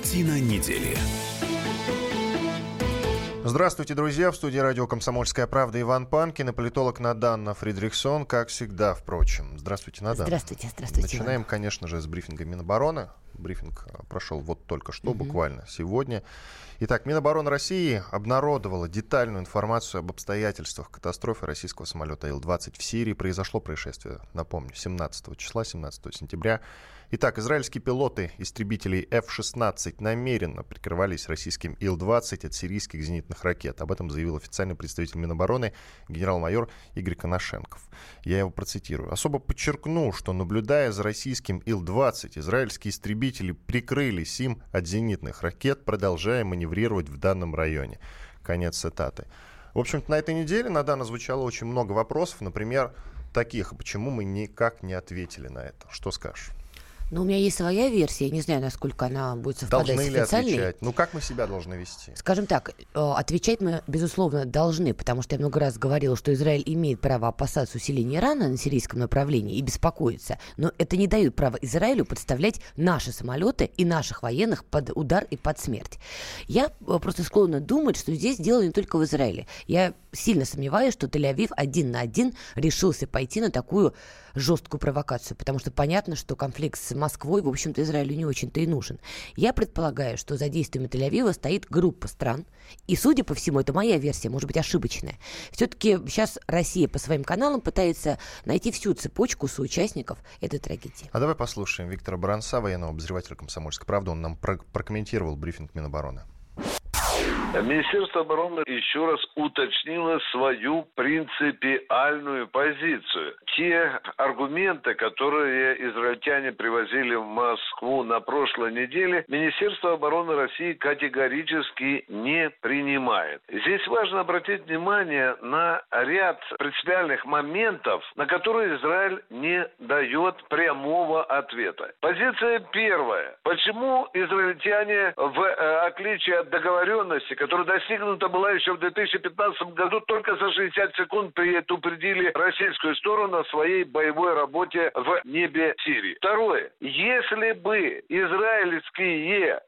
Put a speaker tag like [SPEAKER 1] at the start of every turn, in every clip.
[SPEAKER 1] Картина недели.
[SPEAKER 2] Здравствуйте, друзья. В студии радио «Комсомольская правда» Иван Панкин и политолог Надан Фридрихсон, как всегда, впрочем. Здравствуйте, Надан.
[SPEAKER 3] Здравствуйте,
[SPEAKER 2] Начинаем,
[SPEAKER 3] Иван.
[SPEAKER 2] конечно же, с брифинга Минобороны. Брифинг прошел вот только что, буквально сегодня. Итак, Минобороны России обнародовала детальную информацию об обстоятельствах катастрофы российского самолета Ил-20 в Сирии. Произошло происшествие, напомню, 17 сентября. Итак, израильские пилоты истребителей F-16 намеренно прикрывались российским Ил-20 от сирийских зенитных ракет. Об этом заявил официальный представитель Минобороны генерал-майор Игорь Коношенков. Я его процитирую. «Особо подчеркну, что, наблюдая за российским Ил-20, израильские истребители прикрылись им от зенитных ракет, продолжая маневрировать в данном районе». Конец цитаты. В общем-то, на этой неделе на Дана звучало очень много вопросов, например, таких: почему мы никак не ответили на это? Что скажешь?
[SPEAKER 3] Но у меня есть своя версия, я не знаю, насколько она будет совпадать
[SPEAKER 2] Должны
[SPEAKER 3] с
[SPEAKER 2] ли
[SPEAKER 3] официальной.
[SPEAKER 2] отвечать? Ну, как мы себя должны вести?
[SPEAKER 3] Скажем так, отвечать мы, безусловно, должны, потому что я много раз говорила, что Израиль имеет право опасаться усиления Ирана на сирийском направлении и беспокоиться. Но это не дает права Израилю подставлять наши самолеты и наших военных под удар и под смерть. Я просто склонна думать, что здесь дело не только в Израиле. Я сильно сомневаюсь, что Тель-Авив один на один решился пойти на такую жесткую провокацию, потому что понятно, что конфликт с Москвой, в общем-то, Израилю не очень-то и нужен. Я предполагаю, что за действиями Тель-Авива стоит группа стран, и, судя по всему, это моя версия, может быть, ошибочная. Все-таки сейчас Россия по своим каналам пытается найти всю цепочку соучастников этой трагедии.
[SPEAKER 2] А давай послушаем Виктора Баранца, военного обозревателя «Комсомольской правды». Он нам прокомментировал брифинг Минобороны.
[SPEAKER 4] Министерство обороны еще раз уточнило свою принципиальную позицию. Те аргументы, которые израильтяне привозили в Москву на прошлой неделе, Министерство обороны России категорически не принимает. Здесь важно обратить внимание на ряд принципиальных моментов, на которые Израиль не дает прямого ответа. Позиция первая. Почему израильтяне, в отличие от договоренности, которая достигнута была еще в 2015 году, только за 60 секунд предупредили российскую сторону о своей боевой работе в небе Сирии. Второе. Если бы израильские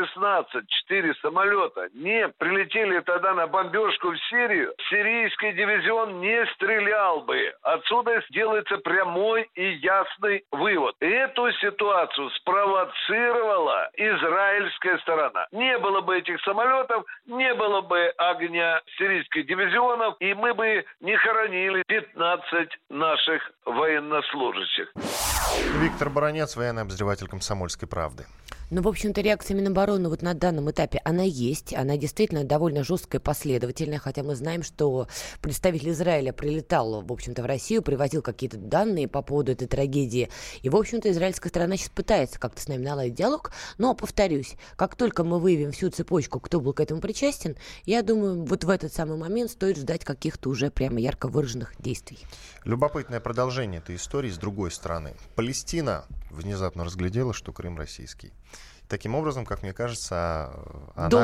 [SPEAKER 4] F-16-4 самолета не прилетели тогда на бомбежку в Сирию, сирийский дивизион не стрелял бы. Отсюда делается прямой и ясный вывод. Эту ситуацию спровоцировала израильская сторона. Не было бы этих самолетов, не было бы огня сирийских дивизионов, и мы бы не хоронили 15 наших военнослужащих.
[SPEAKER 2] Виктор Баранец, военный обозреватель «Комсомольской правды».
[SPEAKER 3] Ну, в общем-то, реакция Минобороны вот на данном этапе, она есть. Она действительно довольно жесткая, последовательная, хотя мы знаем, что представитель Израиля прилетал, в общем-то, в Россию, привозил какие-то данные по поводу этой трагедии. И, в общем-то, израильская сторона сейчас пытается как-то с нами наладить диалог. Но, повторюсь, как только мы выявим всю цепочку, кто был к этому причастен, я думаю, вот в этот самый момент стоит ждать каких-то уже прямо ярко выраженных действий.
[SPEAKER 2] Любопытное продолжение этой истории с другой стороны. Палестина внезапно разглядела, что Крым российский. Таким образом, как мне кажется, она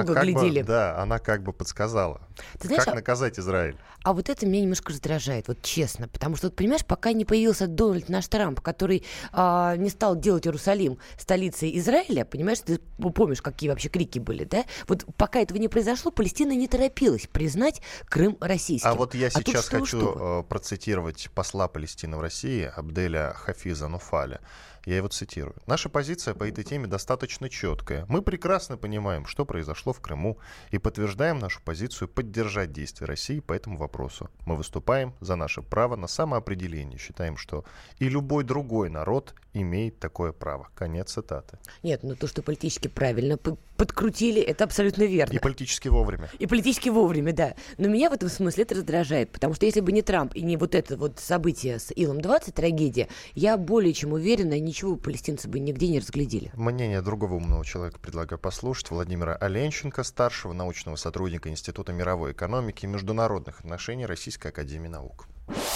[SPEAKER 2] она как бы подсказала, ты знаешь, как наказать Израиль.
[SPEAKER 3] А вот это меня немножко раздражает, вот честно. Потому что, вот, понимаешь, пока не появился Дональд наш Трамп, который не стал делать Иерусалим столицей Израиля, понимаешь, ты помнишь, какие вообще крики были, да? Вот пока этого не произошло, Палестина не торопилась признать Крым российским.
[SPEAKER 2] А вот я сейчас хочу процитировать посла Палестины в России Абделя Хафиза Нуфаля. Я его цитирую. «Наша позиция по этой теме достаточно четкая. Мы прекрасно понимаем, что произошло в Крыму, и подтверждаем нашу позицию поддержать действия России по этому вопросу. Мы выступаем за наше право на самоопределение. Считаем, что и любой другой народ имеет такое право». Конец цитаты.
[SPEAKER 3] Нет, ну то, что политически правильно подкрутили, это абсолютно верно.
[SPEAKER 2] И политически вовремя.
[SPEAKER 3] И политически вовремя, да. Но меня в этом смысле это раздражает, потому что если бы не Трамп и не вот это вот событие с Илом-20, трагедия, я более чем уверена, ничего палестинцы бы нигде не разглядели.
[SPEAKER 2] Мнение другого умного человека предлагаю послушать. Владимира Оленченко, старшего научного сотрудника Института мировой экономики и международных отношений Российской академии наук.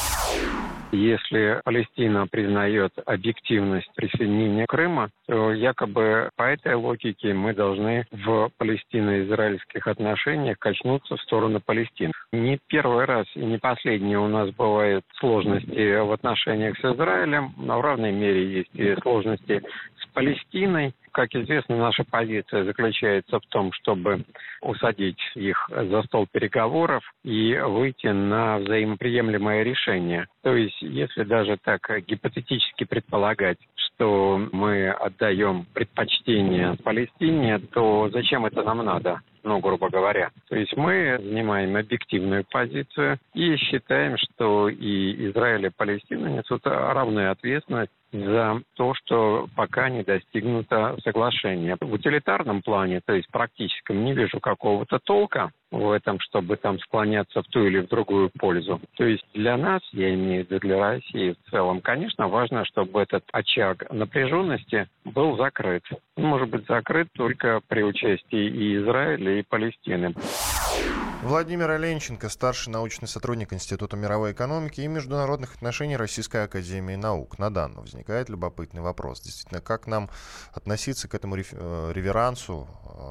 [SPEAKER 5] Если Палестина признает объективность присоединения Крыма, то якобы по этой логике мы должны в палестино-израильских отношениях качнуться в сторону Палестины. Не первый раз и не последний у нас бывают сложности в отношениях с Израилем, но в равной мере есть и сложности с Палестиной. Как известно, наша позиция заключается в том, чтобы усадить их за стол переговоров и выйти на взаимоприемлемое решение. То есть, если даже так гипотетически предполагать, что мы отдаем предпочтение Палестине, то зачем это нам надо? Грубо говоря. То есть мы занимаем объективную позицию и считаем, что и Израиль, и Палестина несут равную ответственность за то, что пока не достигнуто соглашение. В утилитарном плане, то есть практическом, не вижу какого-то толка в этом, чтобы там склоняться в ту или в другую пользу. То есть для нас, я имею в виду для России в целом, конечно, важно, чтобы этот очаг напряженности был закрыт. Он может быть закрыт только при участии и Израиля, и Палестины.
[SPEAKER 2] Владимир Оленченко, старший научный сотрудник Института мировой экономики и международных отношений Российской академии наук. Наданно возникает любопытный вопрос. Действительно, как нам относиться к этому реверансу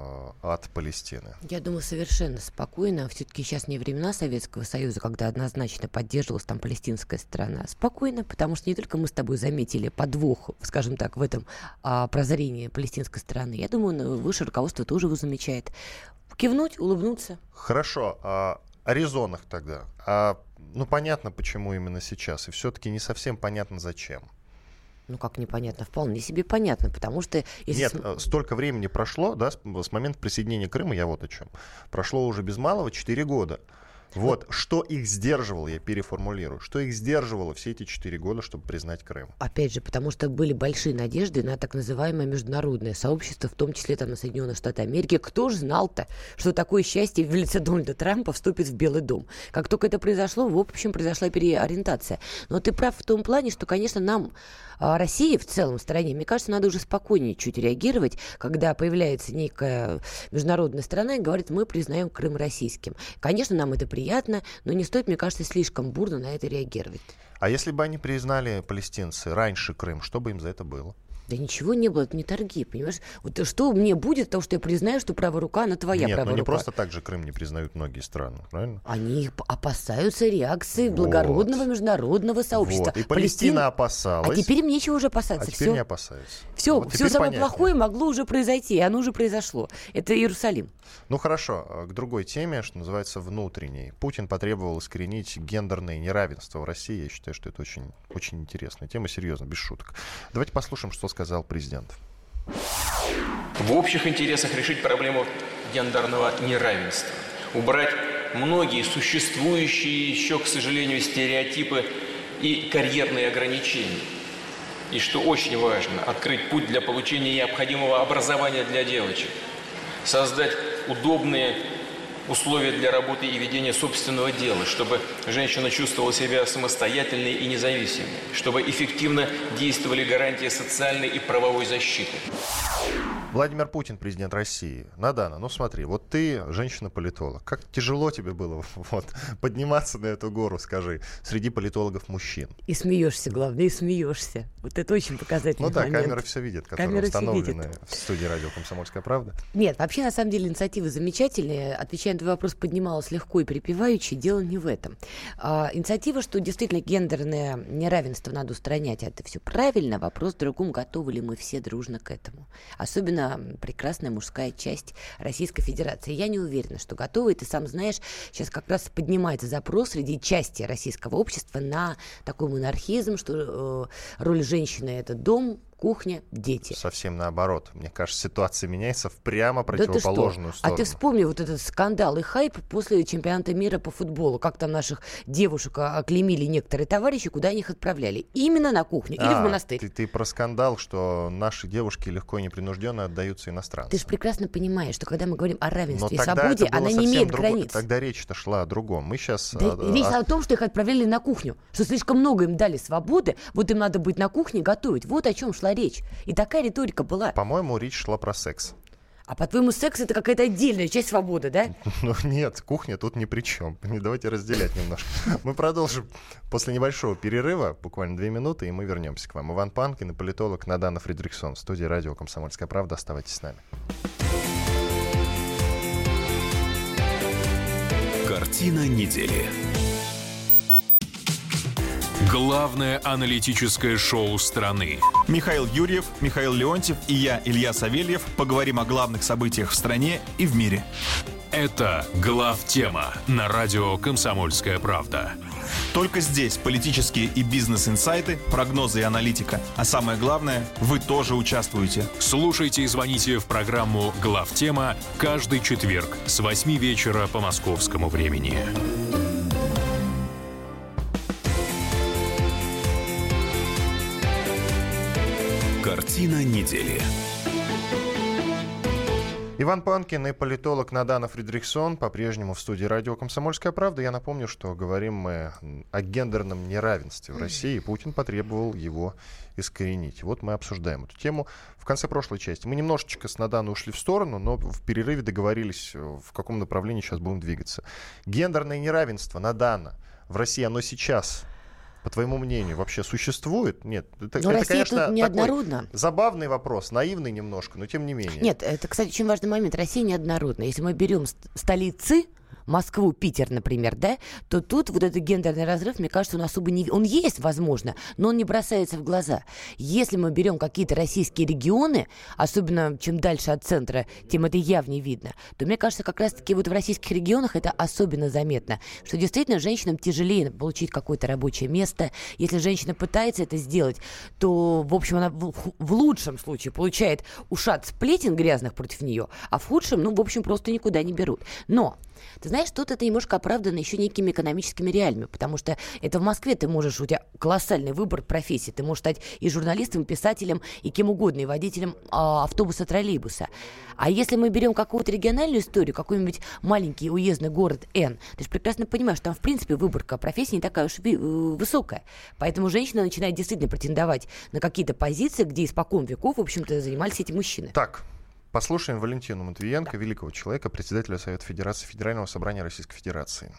[SPEAKER 2] от Палестины?
[SPEAKER 3] Я думаю, совершенно спокойно. Все-таки сейчас не времена Советского Союза, когда однозначно поддерживалась там палестинская сторона. Спокойно, потому что не только мы с тобой заметили подвох, скажем так, в этом прозрении палестинской стороны. Я думаю, высшее руководство тоже его замечает. Кивнуть, улыбнуться.
[SPEAKER 2] Хорошо. О резонах тогда. Понятно, почему именно сейчас. И все-таки не совсем понятно, зачем.
[SPEAKER 3] Как непонятно? Вполне себе понятно, потому что...
[SPEAKER 2] Нет, столько времени прошло, да, с момента присоединения Крыма, я вот о чем. Прошло уже без малого 4 года. Вот, что их сдерживало, я переформулирую, что их сдерживало все эти 4 года, чтобы признать Крым?
[SPEAKER 3] Опять же, потому что были большие надежды на так называемое международное сообщество, в том числе там на Соединенные Штаты Америки. Кто же знал-то, что такое счастье в лице Дональда Трампа вступит в Белый дом? Как только это произошло, в общем, произошла переориентация. Но ты прав в том плане, что, конечно, нам, России в целом, в стране, мне кажется, надо уже спокойнее чуть реагировать, когда появляется некая международная страна и говорит, мы признаем Крым российским. Конечно, нам это приятно, но не стоит, мне кажется, слишком бурно на это реагировать.
[SPEAKER 2] А если бы они признали, палестинцы, раньше Крым, что бы им за это было?
[SPEAKER 3] Да ничего не было, это не торги, понимаешь? Вот что мне будет, потому что я признаю, что правая рука, она твоя правая рука.
[SPEAKER 2] Нет, не просто так же Крым не признают многие страны, правильно?
[SPEAKER 3] Они опасаются реакции благородного международного сообщества.
[SPEAKER 2] Вот. И Палестина опасалась.
[SPEAKER 3] А теперь им нечего уже опасаться.
[SPEAKER 2] А теперь не опасается.
[SPEAKER 3] Все самое плохое могло уже произойти, и оно уже произошло. Это Иерусалим.
[SPEAKER 2] Хорошо, к другой теме, что называется внутренней. Путин потребовал искоренить гендерное неравенство в России. Я считаю, что это очень, очень интересная тема, серьезно, без шуток. Давайте послушаем, что сказал президент.
[SPEAKER 1] В общих интересах решить проблему гендерного неравенства. Убрать многие существующие еще, к сожалению, стереотипы и карьерные ограничения. И что очень важно, открыть путь для получения необходимого образования для девочек. Создать удобные условия для работы и ведения собственного дела, чтобы женщина чувствовала себя самостоятельной и независимой, чтобы эффективно действовали гарантии социальной и правовой защиты.
[SPEAKER 2] Владимир Путин, президент России. Надана, смотри, вот ты женщина-политолог. Как тяжело тебе было подниматься на эту гору, скажи, среди политологов-мужчин?
[SPEAKER 3] И смеешься, главное, и смеешься. Вот это очень показательный момент.
[SPEAKER 2] Камеры все видят, которые установлены в студии радио «Комсомольская правда».
[SPEAKER 3] Нет, вообще, на самом деле, инициатива замечательная. Отвечая на твой вопрос, поднималась легко и припеваючи. Дело не в этом. Инициатива, что действительно гендерное неравенство надо устранять, это все правильно. Вопрос в другом, готовы ли мы все дружно к этому. Особенно прекрасная мужская часть Российской Федерации. Я не уверена, что готова. И ты сам знаешь, сейчас как раз поднимается запрос среди части российского общества на такой монархизм, что роль женщины — это дом, кухня, дети.
[SPEAKER 2] Совсем наоборот. Мне кажется, ситуация меняется в прямо противоположную сторону.
[SPEAKER 3] А ты вспомни вот этот скандал и хайп после чемпионата мира по футболу. Как там наших девушек оклеймили некоторые товарищи, куда они их отправляли. Именно на кухню или в монастырь.
[SPEAKER 2] Ты про скандал, что наши девушки легко и непринужденно отдаются иностранцам.
[SPEAKER 3] Ты же прекрасно понимаешь, что когда мы говорим о равенстве и свободе, она не имеет границ.
[SPEAKER 2] Тогда речь-то шла о другом. Мы сейчас...
[SPEAKER 3] Речь о том, что их отправляли на кухню. Что слишком много им дали свободы, вот им надо быть на кухне готовить. Вот о чем шла речь. И такая риторика была.
[SPEAKER 2] По-моему, речь шла про секс.
[SPEAKER 3] А по-твоему, секс — это какая-то отдельная часть свободы, да?
[SPEAKER 2] Нет, кухня тут ни при чем. Давайте разделять немножко. Мы продолжим после небольшого перерыва, буквально 2 минуты, и мы вернемся к вам. Иван Панкин и политолог Надана Фридрихсон в студии радио «Комсомольская правда». Оставайтесь с нами.
[SPEAKER 6] Картина недели. Главное аналитическое шоу страны.
[SPEAKER 7] Михаил Юрьев, Михаил Леонтьев и я, Илья Савельев, поговорим о главных событиях в стране и в мире.
[SPEAKER 6] Это «Главтема» на радио «Комсомольская правда».
[SPEAKER 7] Только здесь политические и бизнес-инсайты, прогнозы и аналитика. А самое главное, вы тоже участвуете.
[SPEAKER 6] Слушайте и звоните в программу «Главтема» каждый четверг с 8 вечера по московскому времени. Картина недели.
[SPEAKER 2] Иван Панкин и политолог Надана Фридрихсон по-прежнему в студии радио «Комсомольская правда». Я напомню, что говорим мы о гендерном неравенстве в России, и Путин потребовал его искоренить. Вот мы обсуждаем эту тему. В конце прошлой части мы немножечко с Наданой ушли в сторону, но в перерыве договорились, в каком направлении сейчас будем двигаться. Гендерное неравенство, Надана, в России оно сейчас... По твоему мнению, вообще существует? Нет, это конечно,
[SPEAKER 3] неоднородно.
[SPEAKER 2] Такой забавный вопрос, наивный немножко, но тем не менее.
[SPEAKER 3] Нет, это, кстати, очень важный момент. Россия неоднородна. Если мы берем столицы, Москву, Питер, например, да, то тут вот этот гендерный разрыв, мне кажется, он особо не... Он есть, возможно, но он не бросается в глаза. Если мы берем какие-то российские регионы, особенно чем дальше от центра, тем это явнее видно, то, мне кажется, как раз-таки вот в российских регионах это особенно заметно, что действительно женщинам тяжелее получить какое-то рабочее место. Если женщина пытается это сделать, то, в общем, она в лучшем случае получает ушат сплетен грязных против нее, а в худшем, ну, в общем, просто никуда не берут. Но ты знаешь, тут это немножко оправдано еще некими экономическими реалиями, потому что это в Москве ты можешь, у тебя колоссальный выбор профессий, ты можешь стать и журналистом, и писателем, и кем угодно, и водителем автобуса, троллейбуса. А если мы берем какую-то региональную историю, какой-нибудь маленький уездный город Н, ты же прекрасно понимаешь, что там, в принципе, выборка профессий не такая уж высокая. Поэтому женщина начинает действительно претендовать на какие-то позиции, где испокон веков, в общем-то, занимались эти мужчины.
[SPEAKER 2] Так. Послушаем Валентину Матвиенко, великого человека, председателя Совета Федерации Федерального собрания Российской Федерации.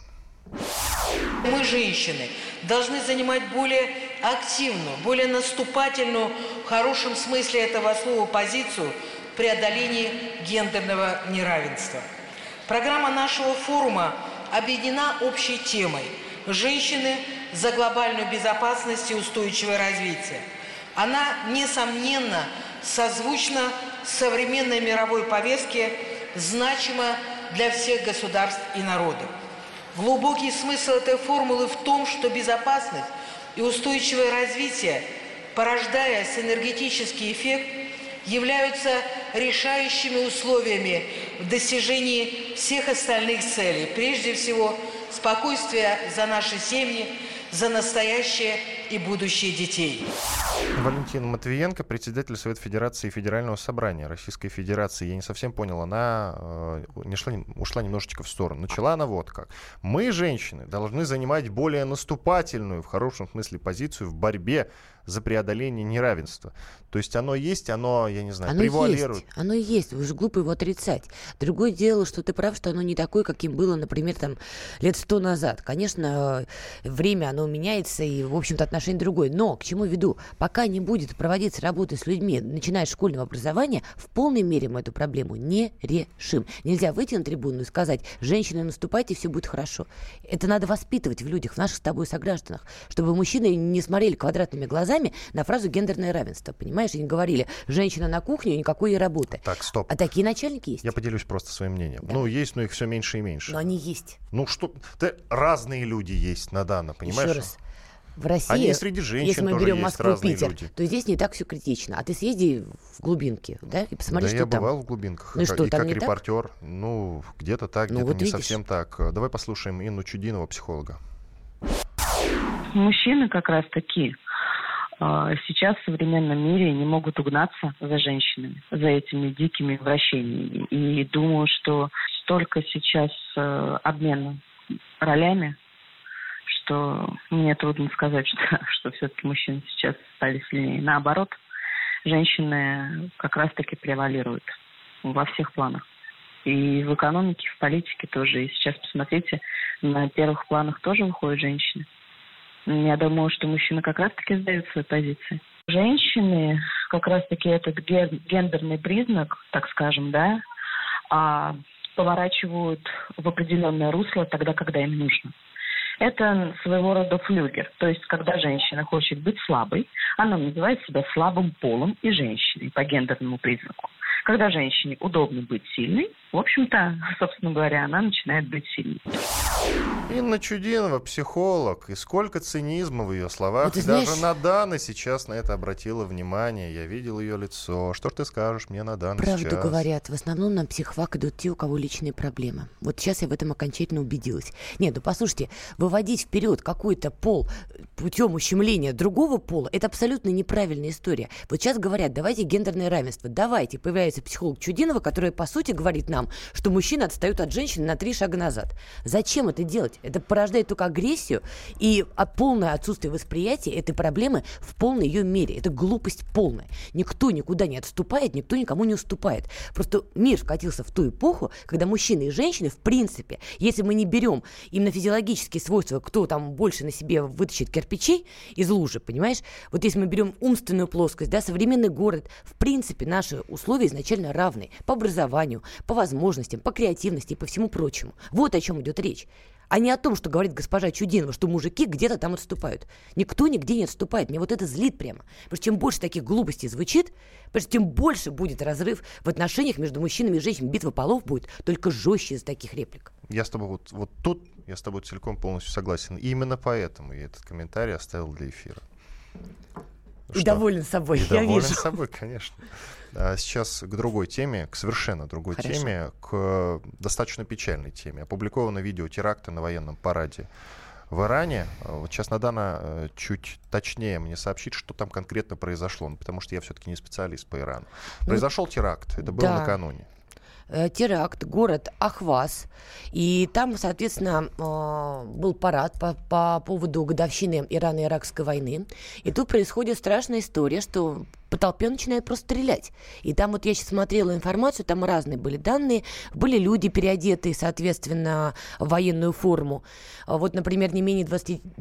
[SPEAKER 8] Мы, женщины, должны занимать более активную, более наступательную, в хорошем смысле этого слова, позицию в преодолении гендерного неравенства. Программа нашего форума объединена общей темой «Женщины за глобальную безопасность и устойчивое развитие». Она, несомненно, созвучна современной мировой повестке, значима для всех государств и народов. Глубокий смысл этой формулы в том, что безопасность и устойчивое развитие, порождая синергетический эффект, являются решающими условиями в достижении всех остальных целей. Прежде всего, спокойствия за наши семьи, за настоящее и будущее детей.
[SPEAKER 2] Валентина Матвиенко, председатель Совета Федерации и Федерального собрания Российской Федерации. Я не совсем понял, она ушла немножечко в сторону. Начала она вот как. Мы, женщины, должны занимать более наступательную, в хорошем смысле, позицию в борьбе за преодоление неравенства. То есть оно есть, оно, я не знаю, превалирует.
[SPEAKER 3] Оно есть, вы же глупо его отрицать. Другое дело, что ты прав, что оно не такое, каким было, например, там, лет 100 назад. Конечно, время, оно меняется, и, в общем-то, отношение другое. Но, к чему веду? Пока не будет проводиться работа с людьми, начиная с школьного образования, в полной мере мы эту проблему не решим. Нельзя выйти на трибуну и сказать: женщины, наступайте, все будет хорошо. Это надо воспитывать в людях, в наших с тобой согражданах, чтобы мужчины не смотрели квадратными глазами на фразу «гендерное равенство». Понимаешь, они говорили: женщина на кухне, никакой ей работы.
[SPEAKER 2] Так, стоп.
[SPEAKER 3] А такие начальники есть.
[SPEAKER 2] Я поделюсь просто своим мнением.
[SPEAKER 3] Да.
[SPEAKER 2] Ну, есть, но их все меньше и меньше.
[SPEAKER 3] Но они есть.
[SPEAKER 2] Ну, что... разные люди есть, Надана, понимаешь?
[SPEAKER 3] Еще раз. В России,
[SPEAKER 2] они среди женщин
[SPEAKER 3] если мы
[SPEAKER 2] тоже
[SPEAKER 3] берем
[SPEAKER 2] есть
[SPEAKER 3] Москву,
[SPEAKER 2] разные
[SPEAKER 3] Питер,
[SPEAKER 2] люди.
[SPEAKER 3] то здесь не так все критично. А ты съезди в глубинки, да, и посмотри,
[SPEAKER 2] да,
[SPEAKER 3] что там.
[SPEAKER 2] я бывал в глубинках.
[SPEAKER 3] Ну и что,
[SPEAKER 2] и
[SPEAKER 3] там
[SPEAKER 2] как
[SPEAKER 3] не
[SPEAKER 2] репортер.
[SPEAKER 3] Так?
[SPEAKER 2] Ну, где-то так,
[SPEAKER 3] ну,
[SPEAKER 2] где-то
[SPEAKER 3] вот
[SPEAKER 2] не
[SPEAKER 3] видишь.
[SPEAKER 2] совсем так. Давай послушаем Инну Чудинова, психолога.
[SPEAKER 9] Мужчины как раз таки сейчас в современном мире не могут угнаться за женщинами, за этими дикими вращениями. И думаю, что столько сейчас обмена ролями, что мне трудно сказать, что все-таки мужчины сейчас стали сильнее. Наоборот, женщины как раз-таки превалируют во всех планах. И в экономике, в политике тоже. И сейчас, посмотрите, на первых планах тоже выходят женщины. Я думаю, что мужчины как раз-таки сдают свои позиции. Женщины, как раз-таки этот гендерный признак, так скажем, да, поворачивают в определенное русло тогда, когда им нужно. Это своего рода флюгер. То есть, когда женщина хочет быть слабой, она называет себя слабым полом и женщиной по гендерному признаку. Когда женщине удобно быть сильной, в общем-то, собственно говоря, она начинает быть сильной.
[SPEAKER 2] Инна Чудинова, психолог, и сколько цинизма в ее словах.
[SPEAKER 3] Ну,
[SPEAKER 2] И даже Надана сейчас на это обратила внимание. Я видел ее лицо. Что ж ты скажешь мне, Надана, сейчас?
[SPEAKER 3] Правду говорят, в основном на психфак идут те, у кого личные проблемы. Вот сейчас я в этом окончательно убедилась. Нет, ну послушайте, выводить вперед какой-то пол путем ущемления другого пола, это абсолютно неправильная история. Вот сейчас говорят, давайте гендерное равенство. Давайте. Появляется психолог Чудинова, которая, по сути, говорит нам, что мужчины отстают от женщин на 3 шага назад. Зачем это делать? Это порождает только агрессию и полное отсутствие восприятия этой проблемы в полной ее мере. Это глупость полная. Никто никуда не отступает, никто никому не уступает. Просто мир скатился в ту эпоху, когда мужчины и женщины, в принципе, если мы не берем именно физиологические свойства, кто там больше на себе вытащит кирпичей из лужи, понимаешь? Вот если мы берем умственную плоскость, да, современный город, в принципе, наши условия изначально равны по образованию, по возможностям, по креативности и по всему прочему. Вот о чем идет речь. А не о том, что говорит госпожа Чудинова, что мужики где-то там отступают. Никто нигде не отступает. Меня вот это злит прямо. Потому что чем больше таких глупостей звучит, потому что тем больше будет разрыв в отношениях между мужчинами и женщинами. Битва полов будет только жестче из таких реплик.
[SPEAKER 2] Я с тобой вот тут я с тобой целиком полностью согласен. И именно поэтому я этот комментарий оставил для эфира.
[SPEAKER 3] И доволен собой,
[SPEAKER 2] и
[SPEAKER 3] я
[SPEAKER 2] доволен
[SPEAKER 3] вижу.
[SPEAKER 2] собой, конечно. А сейчас к другой теме, к совершенно другой теме, к достаточно печальной теме. Опубликовано видео теракта на военном параде в Иране. Вот сейчас Надана чуть точнее мне сообщит, что там конкретно произошло, потому что я все-таки не специалист по Ирану. Произошел теракт, это было накануне.
[SPEAKER 3] Теракт, город Ахваз. И там, соответственно, был парад по поводу годовщины Ирано-Иракской войны. И тут происходит страшная история, что по толпе начинают просто стрелять. И там вот я сейчас смотрела информацию, там разные были данные. Были люди, переодетые, соответственно, в военную форму. Вот, например, не менее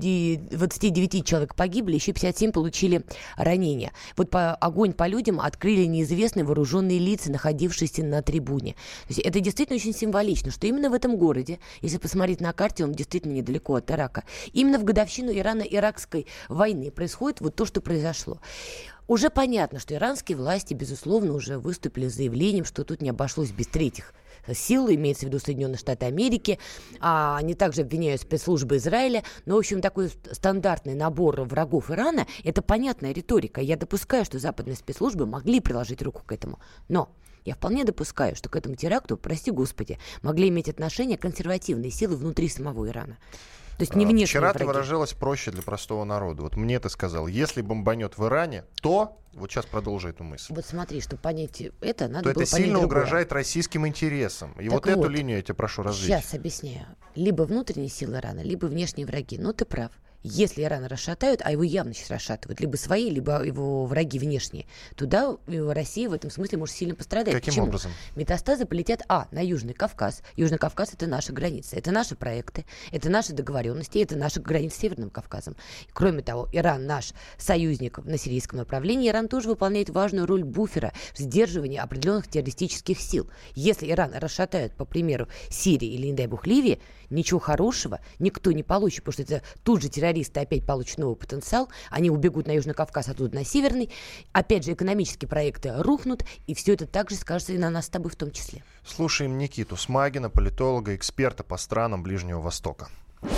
[SPEAKER 3] 29 человек погибли, еще 57 получили ранения. Вот огонь по людям открыли неизвестные вооруженные лица, находившиеся на трибуне. То есть это действительно очень символично, что именно в этом городе, если посмотреть на карте, он действительно недалеко от Ирака, именно в годовщину Ирано-Иракской войны происходит вот то, что произошло. Уже понятно, что иранские власти, безусловно, уже выступили с заявлением, что тут не обошлось без третьих сил, имеется в виду Соединенные Штаты Америки. Они также обвиняют спецслужбы Израиля. Но, в общем, такой стандартный набор врагов Ирана – это понятная риторика. Я допускаю, что западные спецслужбы могли приложить руку к этому. Но я вполне допускаю, что к этому теракту, прости господи, могли иметь отношение консервативные силы внутри самого Ирана. То есть не внешние
[SPEAKER 2] Вчера
[SPEAKER 3] враги.
[SPEAKER 2] ты выражалась проще для простого народа. Вот мне ты сказал, если бомбанет в Иране, то... Вот сейчас продолжу эту мысль.
[SPEAKER 3] Вот смотри, чтобы понять это, надо
[SPEAKER 2] то
[SPEAKER 3] было
[SPEAKER 2] это
[SPEAKER 3] понять
[SPEAKER 2] сильно
[SPEAKER 3] другое.
[SPEAKER 2] угрожает российским интересам. И
[SPEAKER 3] Так
[SPEAKER 2] вот эту линию я тебя прошу развить.
[SPEAKER 3] Сейчас объясняю. Либо внутренние силы Ирана, либо внешние враги. Но ты прав. Если Иран расшатают, а его явно сейчас расшатывают, либо свои, либо его враги внешние, туда Россия в этом смысле может сильно пострадать.
[SPEAKER 2] Каким
[SPEAKER 3] Почему?
[SPEAKER 2] образом?
[SPEAKER 3] Метастазы полетят, на Южный Кавказ. Южный Кавказ — это наша граница, это наши проекты, это наши договоренности, это наша граница с Северным Кавказом. Кроме того, Иран наш союзник на сирийском направлении. Иран тоже выполняет важную роль буфера в сдерживании определенных террористических сил. Если Иран расшатают, по примеру, Сирии или, не дай бог, Ливии, ничего хорошего никто не получит, потому что это тут же террористы опять получат новый потенциал, они убегут на Южный Кавказ, оттуда на Северный, опять же экономические проекты рухнут, и все это также скажется и на нас с тобой в том числе.
[SPEAKER 2] Слушаем Никиту Смагина, политолога, эксперта по странам Ближнего Востока.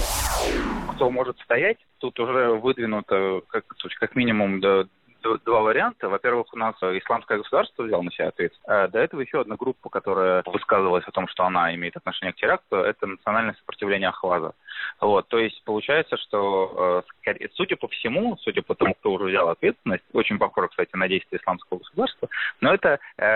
[SPEAKER 10] Кто может стоять? Тут уже выдвинуто как минимум два варианта. Во-первых, у нас исламское государство взяло на себя ответственность. До этого еще одна группа, которая высказывалась о том, что она имеет отношение к теракту, это национальное сопротивление Ахваза. Вот, то есть получается, что, судя по всему, судя по тому, кто уже взял ответственность, очень похоже, кстати, на действия исламского государства, но это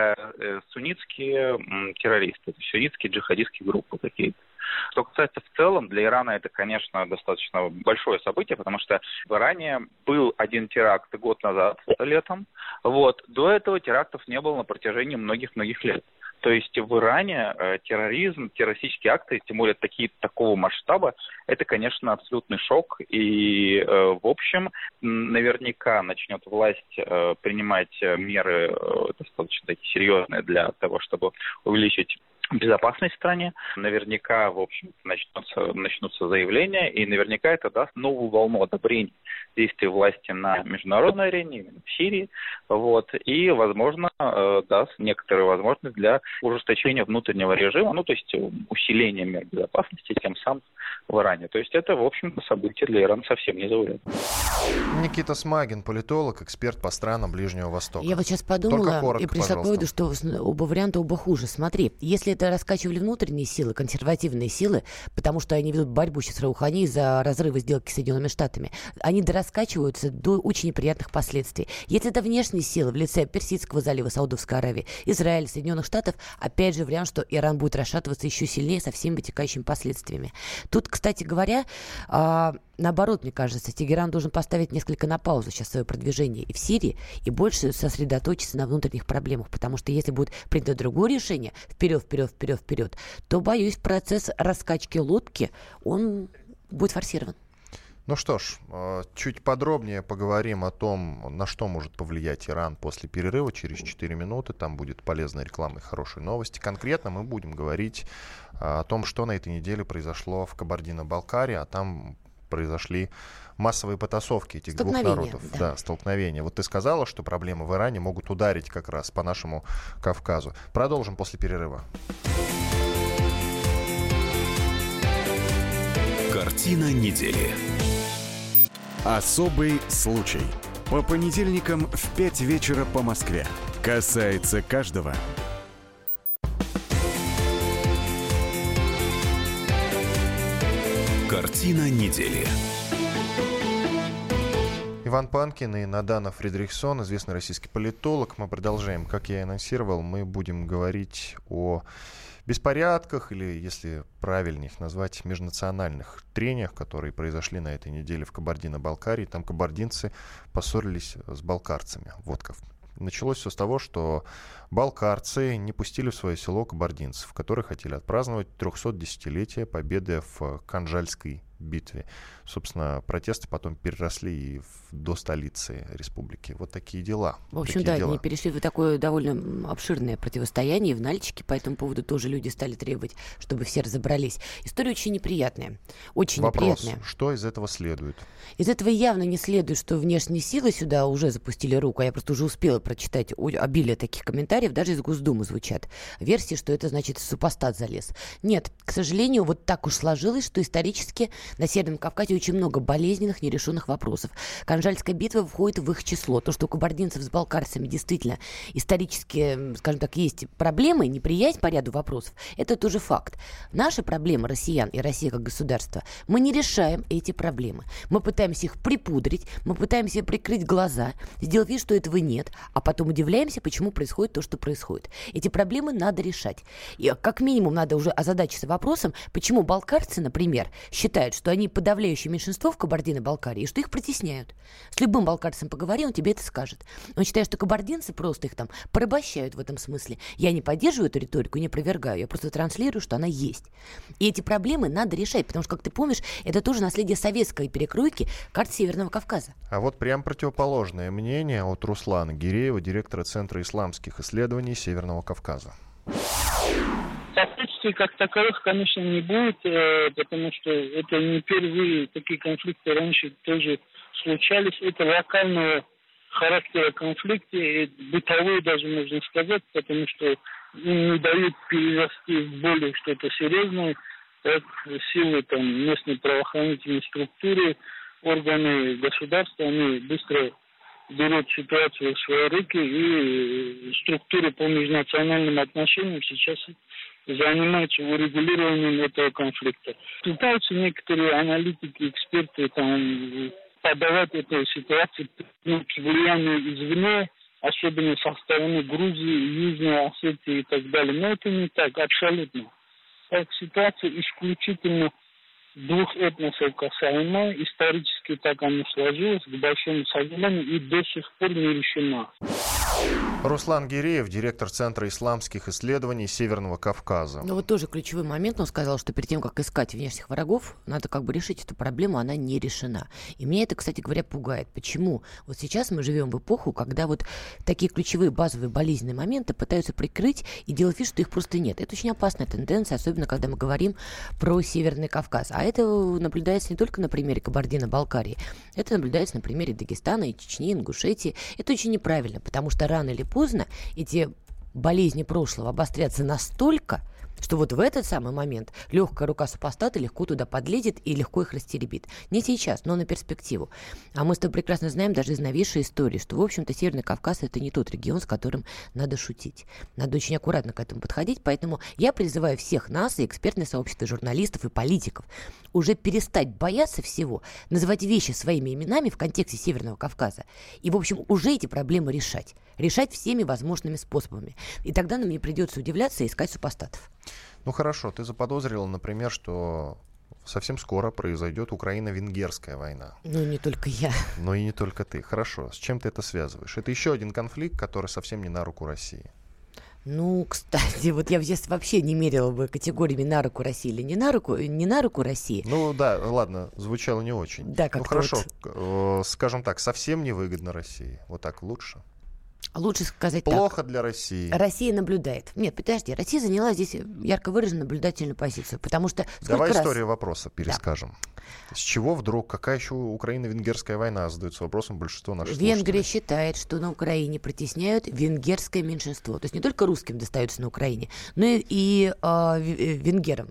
[SPEAKER 10] суннитские террористы, суннитские джихадистские группы какие-то. Что касается в целом, для Ирана это, конечно, достаточно большое событие, потому что в Иране был один теракт год назад, летом. Вот. До этого терактов не было на протяжении многих-многих лет. То есть в Иране терроризм, террористические акты, тем более такого масштаба, это, конечно, абсолютный шок. И, в общем, наверняка начнет власть принимать меры достаточно такие серьезные для того, чтобы увеличить безопасность в стране. Наверняка, в общем, начнутся заявления, и наверняка это даст новую волну одобрения действий власти на международной арене, именно в Сирии, и, возможно, даст некоторую возможность для ужесточения внутреннего режима, то есть усиления мер безопасности тем самым в Иране. То есть это, в общем-то, событие для Ирана совсем не заурядное.
[SPEAKER 2] Никита Смагин, политолог, эксперт по странам Ближнего Востока.
[SPEAKER 3] Я вот сейчас подумала
[SPEAKER 2] коротко,
[SPEAKER 3] и пришла к выводу, что оба варианта оба хуже. Смотри, если это раскачивали внутренние силы, консервативные силы, потому что они ведут борьбу сейчас с Роухани из-за разрыва сделки с Соединенными Штатами, они дораскачиваются до очень неприятных последствий. Если это внешние силы в лице Персидского залива, Саудовской Аравии, Израиля, Соединенных Штатов, опять же вариант, что Иран будет расшатываться еще сильнее со всеми вытекающими последствиями. Тут, кстати говоря, наоборот, мне кажется, Тегеран должен поставить несколько на паузу сейчас свое продвижение и в Сирии, и больше сосредоточиться на внутренних проблемах, потому что если будет принято другое решение, вперед, то, боюсь, процесс раскачки лодки, он будет форсирован.
[SPEAKER 2] Ну что ж, чуть подробнее поговорим о том, на что может повлиять Иран после перерыва через 4 минуты. Там будет полезная реклама и хорошие новости. Конкретно мы будем говорить о том, что на этой неделе произошло в Кабардино-Балкарии, а там произошли массовые потасовки этих двух народов. Да, столкновения. Вот ты сказала, что проблемы в Иране могут ударить как раз по нашему Кавказу. Продолжим после перерыва.
[SPEAKER 11] Картина недели. Особый случай. По понедельникам в 5 вечера по Москве. Касается каждого. Картина недели.
[SPEAKER 2] Иван Панкин и Надана Фридрихсон, известный российский политолог. Мы продолжаем. Как я и анонсировал, мы будем говорить о беспорядках, или, если правильнее их назвать, межнациональных трениях, которые произошли на этой неделе в Кабардино-Балкарии. Там кабардинцы поссорились с балкарцами. Началось все с того, что балкарцы не пустили в свое село кабардинцев, которые хотели отпраздновать 310-летие победы в Канжальской битве. Собственно, протесты потом переросли и до столицы республики. Вот такие дела.
[SPEAKER 3] В общем, они перешли в такое довольно обширное противостояние. И в Нальчике по этому поводу тоже люди стали требовать, чтобы все разобрались. История очень неприятная. Очень неприятная.
[SPEAKER 2] Вопрос, что из этого следует?
[SPEAKER 3] Из этого явно не следует, что внешние силы сюда уже запустили руку. Я просто уже успела прочитать обилие таких комментариев. Даже из Госдумы звучат версии, что это значит супостат залез. Нет, к сожалению, вот так уж сложилось, что исторически на Северном Кавказе очень много болезненных, нерешенных вопросов. Канжальская битва входит в их число. То, что у кабардинцев с балкарцами действительно исторически, скажем так, есть проблемы, неприязнь по ряду вопросов, это тоже факт. Наши проблемы, россиян и Россия как государство, мы не решаем эти проблемы. Мы пытаемся их припудрить, мы пытаемся прикрыть глаза, сделать вид, что этого нет, а потом удивляемся, почему происходит то, что происходит. Эти проблемы надо решать. И как минимум надо уже озадачиться вопросом, почему балкарцы, например, считают, что они подавляющее меньшинство в Кабардино-Балкарии, и что их притесняют. С любым балкарцем поговори, он тебе это скажет. Он считает, что кабардинцы просто их там порабощают в этом смысле. Я не поддерживаю эту риторику, не опровергаю, я просто транслирую, что она есть. И эти проблемы надо решать, потому что, как ты помнишь, это тоже наследие советской перекройки карты Северного Кавказа.
[SPEAKER 2] А вот прям противоположное мнение от Руслана Гиреева, директора Центра исламских исследований Северного Кавказа.
[SPEAKER 12] Последствий как таковых, конечно, не будет, потому что это не первые такие конфликты, раньше тоже случались. Это локального характера конфликты, бытовые даже можно сказать, потому что им не дают перерасти в более что-то серьезное, как силы местной правоохранительной структуры, органы государства, они быстро берут ситуацию в свои руки, и структуры по межнациональным отношениям сейчас занимаются урегулированием этого конфликта. Пытаются некоторые аналитики, эксперты подавать эту ситуацию к влиянию извне, особенно со стороны Грузии, Южной Осетии и так далее. Но это не так, абсолютно. Так, ситуация исключительно двух этносов касаемая, исторически так оно сложилось, к большому сожалению, и до сих пор не решена.
[SPEAKER 2] Руслан Гиреев, директор Центра исламских исследований Северного Кавказа.
[SPEAKER 3] Ну вот тоже ключевой момент. Он сказал, что перед тем, как искать внешних врагов, надо как бы решить эту проблему, она не решена. И меня это, кстати говоря, пугает. Почему? Вот сейчас мы живем в эпоху, когда вот такие ключевые базовые болезненные моменты пытаются прикрыть и делать вид, что их просто нет. Это очень опасная тенденция, особенно когда мы говорим про Северный Кавказ. А это наблюдается не только на примере Кабардино-Балкарии. Это наблюдается на примере Дагестана и Чечни, Ингушетии. Это очень неправильно, потому что рано или поздно эти болезни прошлого обострятся настолько, что вот в этот самый момент легкая рука супостата легко туда подлезет и легко их растеребит. Не сейчас, но на перспективу. А мы с тобой прекрасно знаем даже из новейшей истории, что, в общем-то, Северный Кавказ — это не тот регион, с которым надо шутить. Надо очень аккуратно к этому подходить, поэтому я призываю всех нас, и экспертное сообщество, и журналистов, и политиков, уже перестать бояться всего, называть вещи своими именами в контексте Северного Кавказа. И, в общем, уже эти проблемы решать. Решать всеми возможными способами. И тогда нам не придется удивляться и искать супостатов.
[SPEAKER 2] Ну хорошо, ты заподозрила, например, что совсем скоро произойдет Украино-Венгерская война.
[SPEAKER 3] Ну, не только я.
[SPEAKER 2] Но и не только ты. Хорошо, с чем ты это связываешь? Это еще один конфликт, который совсем не на руку России.
[SPEAKER 3] Ну, кстати, вот я вообще не мерила бы категориями на руку России или не на руку России.
[SPEAKER 2] Ну да, ладно, звучало не очень.
[SPEAKER 3] Да, как-то
[SPEAKER 2] ну хорошо,
[SPEAKER 3] вот...
[SPEAKER 2] скажем так, совсем невыгодно России. Вот так лучше?
[SPEAKER 3] Лучше сказать
[SPEAKER 2] плохо
[SPEAKER 3] так.
[SPEAKER 2] Для России.
[SPEAKER 3] Россия наблюдает. Нет, подожди, Россия заняла здесь ярко выраженную наблюдательную позицию, потому что...
[SPEAKER 2] Давай историю вопроса перескажем. Да. С чего вдруг, какая еще Украино-Венгерская война, задается вопросом большинство наших слушателей.
[SPEAKER 3] Венгрия считает, что на Украине притесняют венгерское меньшинство. То есть не только русским достаются на Украине, но и венграм.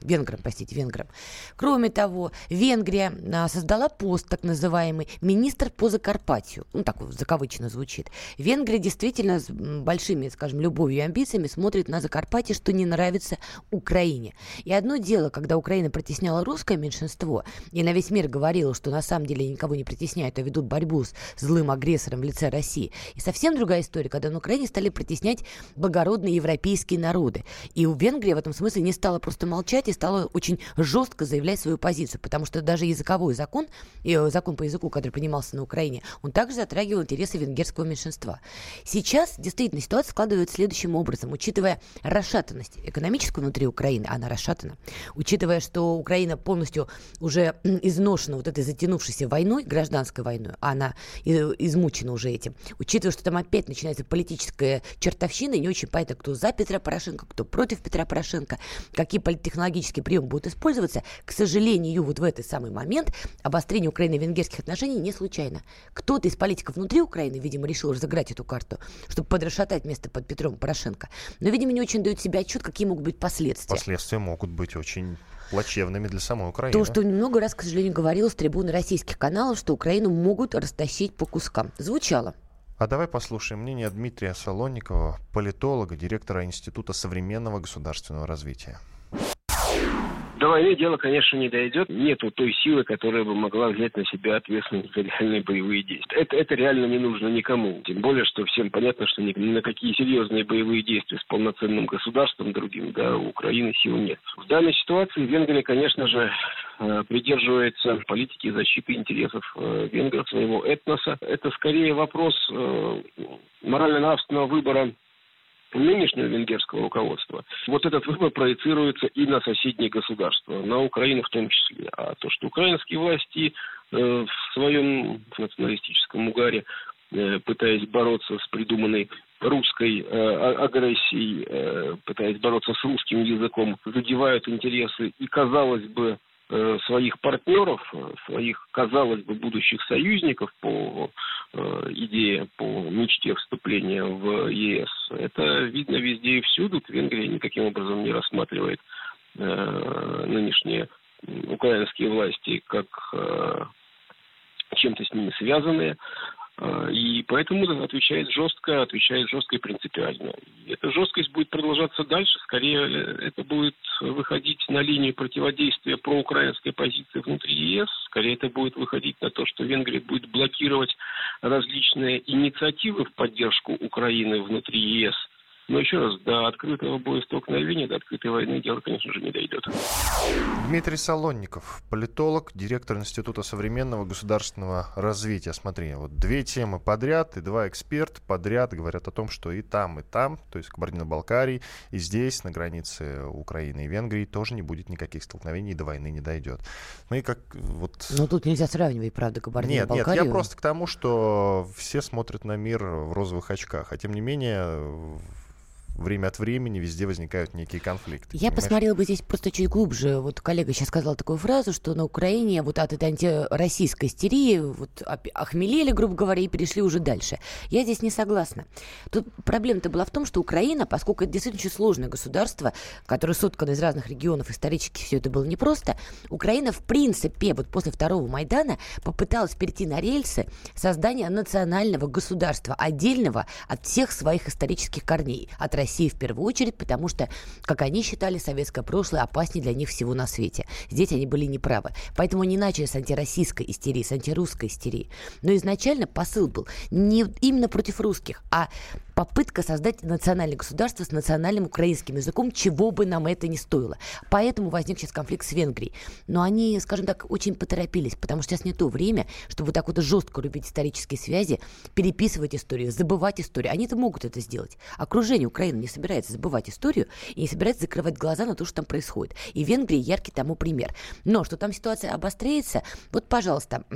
[SPEAKER 3] Кроме того, Венгрия создала пост, так называемый, министр по Закарпатью. Ну, так вот, закавычно звучит. Венгрия действительно с большими, скажем, любовью и амбициями смотрит на Закарпатье, что не нравится Украине. И одно дело, когда Украина притесняла русское меньшинство, и на весь мир говорила, что на самом деле никого не притесняют, а ведут борьбу с злым агрессором в лице России. И совсем другая история, когда на Украине стали притеснять благородные европейские народы. И Венгрия в этом смысле не стала просто молчать и стала очень жестко заявлять свою позицию, потому что даже языковой закон, и закон по языку, который принимался на Украине, он также затрагивал интересы венгерского меньшинства. Сейчас действительно ситуация складывается следующим образом, учитывая расшатанность экономическую внутри Украины, она расшатана, учитывая, что Украина полностью уже изношена вот этой затянувшейся войной, гражданской войной, она измучена уже этим, учитывая, что там опять начинается политическая чертовщина, и не очень понятно, кто за Петра Порошенко, кто против Петра Порошенко, какие политтехнологические приемы будут использоваться. К сожалению, вот в этот самый момент обострение украино-венгерских отношений не случайно. Кто-то из политиков внутри Украины, видимо, решил разыграть эту карту, чтобы подрасшатать место под Петром Порошенко. Но, видимо, не очень дают себе отчет, какие могут быть последствия.
[SPEAKER 2] Последствия могут быть очень плачевными для самой Украины.
[SPEAKER 3] То, что много раз, к сожалению, говорилось с трибуны российских каналов, что Украину могут растащить по кускам. Звучало.
[SPEAKER 2] А давай послушаем мнение Дмитрия Солонникова, политолога, директора Института современного государственного развития.
[SPEAKER 13] До войны дело, конечно, не дойдет. Нету той силы, которая бы могла взять на себя ответственность за реальные боевые действия. Это реально не нужно никому. Тем более, что всем понятно, что ни на какие серьезные боевые действия с полноценным государством другим, да, у Украины сил нет. В данной ситуации Венгрия, конечно же, придерживается политики защиты интересов венгров, своего этноса. Это скорее вопрос морально-нравственного выбора нынешнего венгерского руководства. Вот этот выбор проецируется и на соседние государства, на Украину в том числе. А то, что украинские власти в своем националистическом угаре, пытаясь бороться с придуманной русской агрессией, пытаясь бороться с русским языком, задевают интересы и, казалось бы, своих партнеров, своих, казалось бы, будущих союзников по идее, по мечте вступления в ЕС. Это видно везде и всюду. Венгрия никаким образом не рассматривает нынешние украинские власти как чем-то с ними связанные. И поэтому отвечает жестко и принципиально. И эта жесткость будет продолжаться дальше. Скорее, это будет выходить на линию противодействия проукраинской позиции внутри ЕС. Скорее, это будет выходить на то, что Венгрия будет блокировать различные инициативы в поддержку Украины внутри ЕС. Но еще раз, до открытого боестолкновения, до открытой войны дело, конечно же, не дойдет.
[SPEAKER 2] Дмитрий Солонников, политолог, директор Института современного государственного развития. Смотри, вот 2 темы подряд, и 2 эксперта подряд говорят о том, что и там, то есть в Кабардино-Балкарии, и здесь, на границе Украины и Венгрии, тоже не будет никаких столкновений, и до войны не дойдет. Ну и как вот...
[SPEAKER 3] Но тут нельзя сравнивать, правда, Кабардино-Балкарию.
[SPEAKER 2] Нет, я просто к тому, что все смотрят на мир в розовых очках, а тем не менее... Время от времени везде возникают некие конфликты.
[SPEAKER 3] Я посмотрела бы здесь просто чуть глубже. Вот коллега сейчас сказал такую фразу, что на Украине вот от этой антироссийской истерии вот охмелели, грубо говоря, и перешли уже дальше. Я здесь не согласна. Тут проблема-то была в том, что Украина, поскольку это действительно очень сложное государство, которое соткано из разных регионов, исторически все это было непросто, Украина, в принципе, вот после второго Майдана попыталась перейти на рельсы создания национального государства, отдельного от всех своих исторических корней, от России в первую очередь, потому что, как они считали, советское прошлое опаснее для них всего на свете. Здесь они были неправы. Поэтому они начали с антироссийской истерии, с антирусской истерии. Но изначально посыл был не именно против русских, а попытка создать национальное государство с национальным украинским языком, чего бы нам это ни стоило. Поэтому возник сейчас конфликт с Венгрией. Но они, скажем так, очень поторопились, потому что сейчас не то время, чтобы вот так вот жестко рубить исторические связи, переписывать историю, забывать историю. Они-то могут это сделать. Окружение Украины не собирается забывать историю и не собирается закрывать глаза на то, что там происходит. И Венгрия яркий тому пример. Но что там ситуация обостряется, вот, пожалуйста,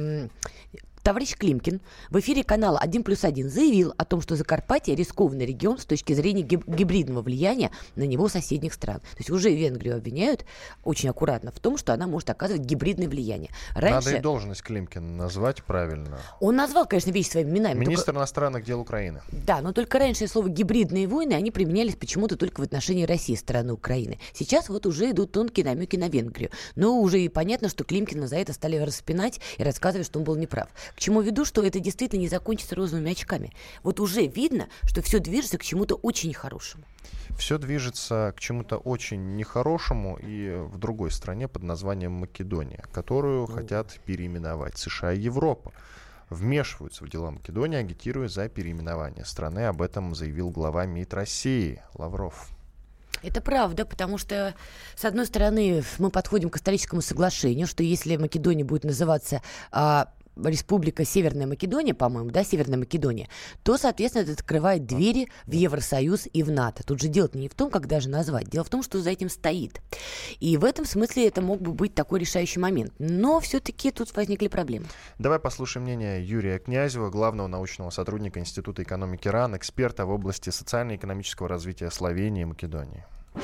[SPEAKER 3] товарищ Климкин в эфире канала «1+1» заявил о том, что Закарпатье рискованный регион с точки зрения гибридного влияния на него соседних стран. То есть уже Венгрию обвиняют очень аккуратно в том, что она может оказывать гибридное влияние. Раньше...
[SPEAKER 2] Надо и должность Климкина назвать правильно.
[SPEAKER 3] Он назвал, конечно, вещи своими именами.
[SPEAKER 2] Министр иностранных дел Украины.
[SPEAKER 3] Да, но только раньше слово «гибридные войны» они применялись почему-то только в отношении России, стороны Украины. Сейчас вот уже идут тонкие намеки на Венгрию. Но уже и понятно, что Климкина за это стали распинать и рассказывать, что он был неправ. К чему веду, что это действительно не закончится розовыми очками. Вот уже видно, что все движется к чему-то очень нехорошему.
[SPEAKER 2] Все движется к чему-то очень нехорошему и в другой стране под названием Македония, которую хотят переименовать. США и Европа вмешиваются в дела Македонии, агитируя за переименование страны. Об этом заявил глава МИД России Лавров.
[SPEAKER 3] Это правда, потому что, с одной стороны, мы подходим к историческому соглашению, что если Македония будет называться Республика Северная Македония, по-моему, да, Северная Македония, то, соответственно, это открывает двери в Евросоюз и в НАТО. Тут же дело не в том, как даже назвать, дело в том, что за этим стоит. И в этом смысле это мог бы быть такой решающий момент. Но все-таки тут возникли проблемы.
[SPEAKER 2] Давай послушаем мнение Юрия Князева, главного научного сотрудника Института экономики РАН, эксперта в области социально-экономического развития Словении и Македонии.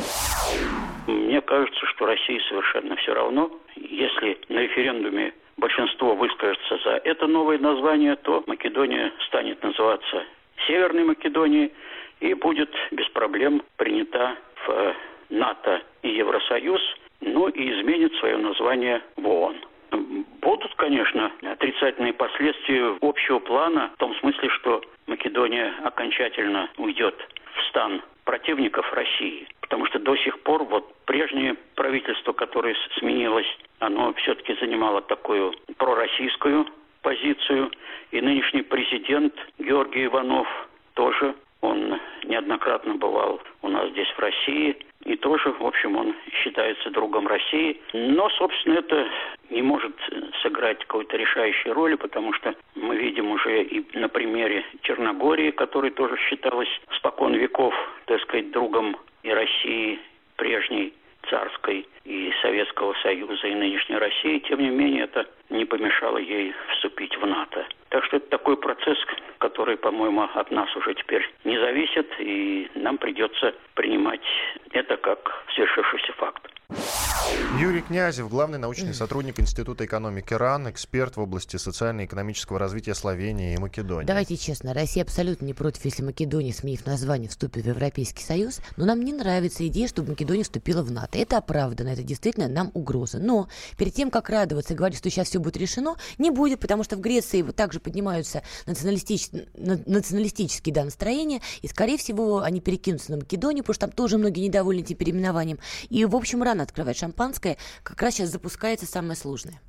[SPEAKER 14] Мне кажется, что России совершенно все равно. Если на референдуме большинство выскажется за это новое название, то Македония станет называться Северной Македонией и будет без проблем принята в НАТО и Евросоюз, ну и изменит свое название в ООН. Будут, конечно, отрицательные последствия общего плана, в том смысле, что Македония окончательно уйдет в стан противников России. Потому что до сих пор вот прежнее правительство, которое сменилось, оно все-таки занимало такую пророссийскую позицию. И нынешний президент Георгий Иванов тоже, он неоднократно бывал у нас здесь в России. И тоже, в общем, он считается другом России. Но, собственно, это не может сыграть какой-то решающей роли, потому что мы видим уже и на примере Черногории, которая тоже считалась спокон веков, так сказать, другом и России прежней, царской, и Советского Союза, и нынешней России. Тем не менее, это не помешало ей вступить в НАТО. Так что это такой процесс, который, по-моему, от нас уже теперь не зависит, и нам придется принимать это как свершившийся факт.
[SPEAKER 2] Юрий Князев, главный научный сотрудник Института экономики РАН, эксперт в области социально-экономического развития Словении и Македонии.
[SPEAKER 3] Давайте честно, Россия абсолютно не против, если Македония, сменив название, вступит в Европейский Союз, но нам не нравится идея, чтобы Македония вступила в НАТО. Это оправданно, это действительно нам угроза. Но перед тем, как радоваться и говорить, что сейчас все будет решено, не будет, потому что в Греции также поднимаются националистические настроения, и, скорее всего, они перекинутся на Македонию, потому что там тоже многие недовольны этим переименованием. И, в общем, рано открывать шампанское, как раз сейчас запускается самое сложное.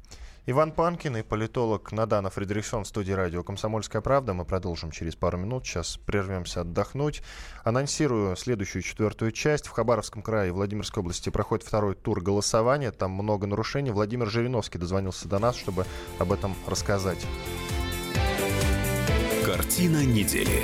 [SPEAKER 2] Иван Панкин и политолог Надана Фридрихсон в студии радио «Комсомольская правда». Мы продолжим через пару минут. Сейчас прервемся отдохнуть. Анонсирую следующую, 4-ю часть. В Хабаровском крае и Владимирской области проходит второй тур голосования. Там много нарушений. Владимир Жириновский дозвонился до нас, чтобы об этом рассказать.
[SPEAKER 6] Картина недели.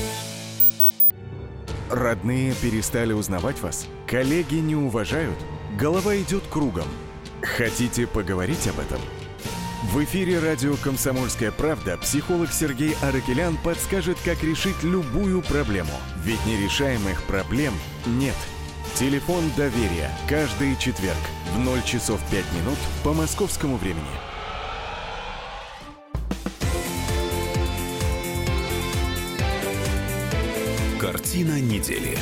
[SPEAKER 11] Родные перестали узнавать вас? Коллеги не уважают? Голова идет кругом. Хотите поговорить об этом? В эфире радио «Комсомольская правда» психолог Сергей Аракелян подскажет, как решить любую проблему. Ведь нерешаемых проблем нет. Телефон доверия. Каждый четверг в 0 часов 5 минут по московскому времени.
[SPEAKER 6] Картина недели.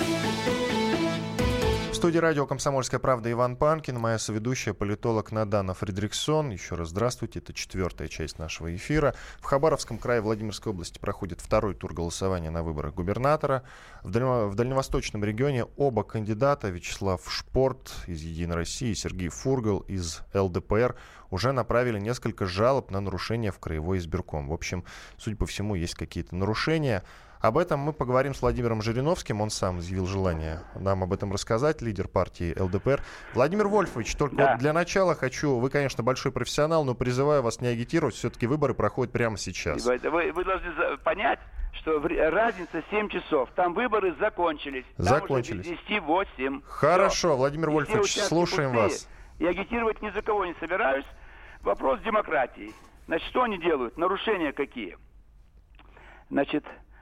[SPEAKER 2] В студии радио «Комсомольская правда» Иван Панкин, моя соведущая, политолог Надана Фридрихсон. Еще раз здравствуйте, это 4-я часть нашего эфира. В Хабаровском крае Владимирской области проходит второй тур голосования на выборах губернатора. В дальневосточном регионе оба кандидата, Вячеслав Шпорт из «Единой России» и Сергей Фургал из ЛДПР, уже направили несколько жалоб на нарушения в краевой избирком. В общем, судя по всему, есть какие-то нарушения. Об этом мы поговорим с Владимиром Жириновским. Он сам изъявил желание нам об этом рассказать, лидер партии ЛДПР. Владимир Вольфович, только вот для начала хочу... Вы, конечно, большой профессионал, но призываю вас не агитировать. Все-таки выборы проходят прямо сейчас.
[SPEAKER 15] Вы должны понять, что разница 7 часов. Там выборы закончились.
[SPEAKER 2] Закончились.
[SPEAKER 15] Там уже 10-8.
[SPEAKER 2] Хорошо,
[SPEAKER 15] Все.
[SPEAKER 2] Владимир Вольфович, слушаем вас.
[SPEAKER 15] И агитировать ни за кого не собираюсь. Вопрос демократии. Значит, что они делают? Нарушения какие? Значит...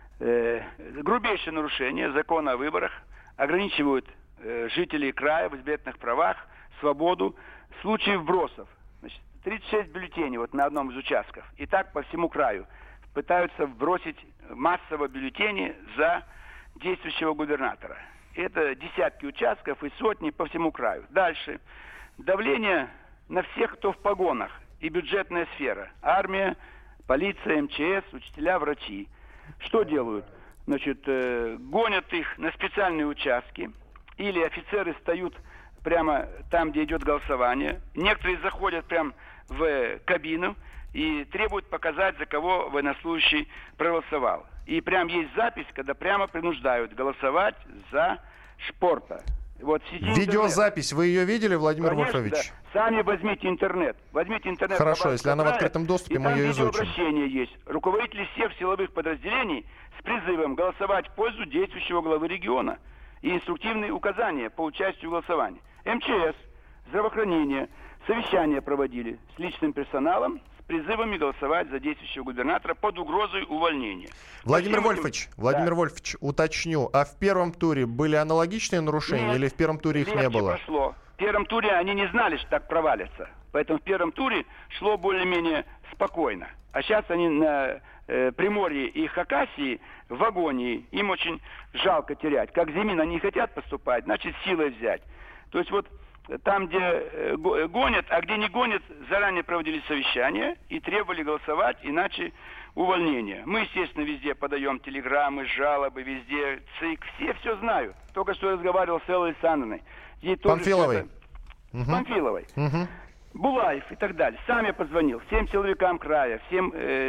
[SPEAKER 15] грубейшее нарушение закона о выборах, ограничивают жителей края в избирательных правах, свободу, случаи вбросов. Значит, 36 бюллетеней вот на одном из участков. И так по всему краю пытаются вбросить массово бюллетени за действующего губернатора. Это десятки участков и сотни по всему краю. Дальше. Давление на всех, кто в погонах, и бюджетная сфера. Армия, полиция, МЧС, учителя, врачи. Что делают? Значит, гонят их на специальные участки, или офицеры встают прямо там, где идет голосование. Некоторые заходят прямо в кабину и требуют показать, за кого военнослужащий проголосовал. И прям есть запись, когда прямо принуждают голосовать за Шпорта. Вот
[SPEAKER 2] видеозапись, вы ее видели, Владимир Вольфович?
[SPEAKER 15] Да. Сами возьмите интернет. Возьмите интернет.
[SPEAKER 2] Хорошо, если она в открытом доступе, мы ее изучим.
[SPEAKER 15] Обращение есть. Руководители всех силовых подразделений с призывом голосовать в пользу действующего главы региона. И инструктивные указания по участию в голосовании. МЧС, здравоохранение, совещания проводили с личным персоналом, с призывами голосовать за действующего губернатора под угрозой увольнения.
[SPEAKER 2] Владимир Вольфович, уточню, а в первом туре были аналогичные нарушения? Нет, или в первом туре их не было?
[SPEAKER 15] Прошло. В первом туре они не знали, что так провалится. Поэтому в первом туре шло более-менее спокойно. А сейчас они на Приморье и Хакасии в агонии. Им очень жалко терять. Как Зимин, они не хотят поступать, значит силой взять. То есть вот там, где гонят, а где не гонят, заранее проводили совещания и требовали голосовать, иначе увольнение. Мы, естественно, везде подаем телеграммы, жалобы, везде ЦИК. Все знают. Только что разговаривал с Эллой Александровной.
[SPEAKER 2] Панфиловой.
[SPEAKER 15] Панфиловой. Булаев и так далее. Сам я позвонил всем силовикам края, всем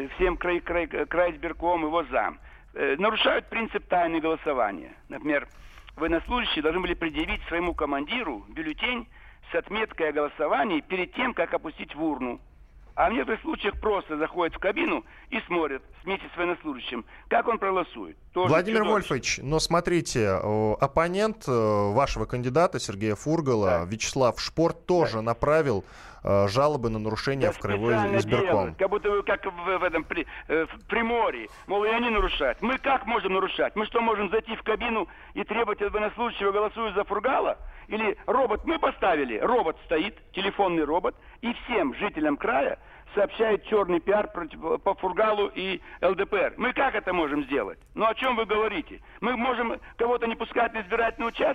[SPEAKER 15] крайизбирком, его зам. Нарушают принцип тайны голосования. Например, военнослужащие должны были предъявить своему командиру бюллетень с отметкой о голосовании перед тем, как опустить в урну. А в некоторых случаях просто заходят в кабину и смотрят вместе с военнослужащим, как он проголосует. Тоже
[SPEAKER 2] Владимир Вольфович, но смотрите, оппонент вашего кандидата Сергея Фургала, Вячеслав Шпорт, тоже направил жалобы на нарушения в краевой избирком.
[SPEAKER 15] Делают, как будто вы как в этом в Приморье. Мол, и они нарушают. Мы как можем нарушать? Мы что, можем зайти в кабину и требовать от военнослужащего голосуя за Фургала? Или робот мы поставили? Робот стоит, телефонный робот, и всем жителям края сообщает черный пиар по Фургалу и ЛДПР. Мы как это можем сделать? Ну о чем вы говорите? Мы можем кого-то не пускать на избирательные участки?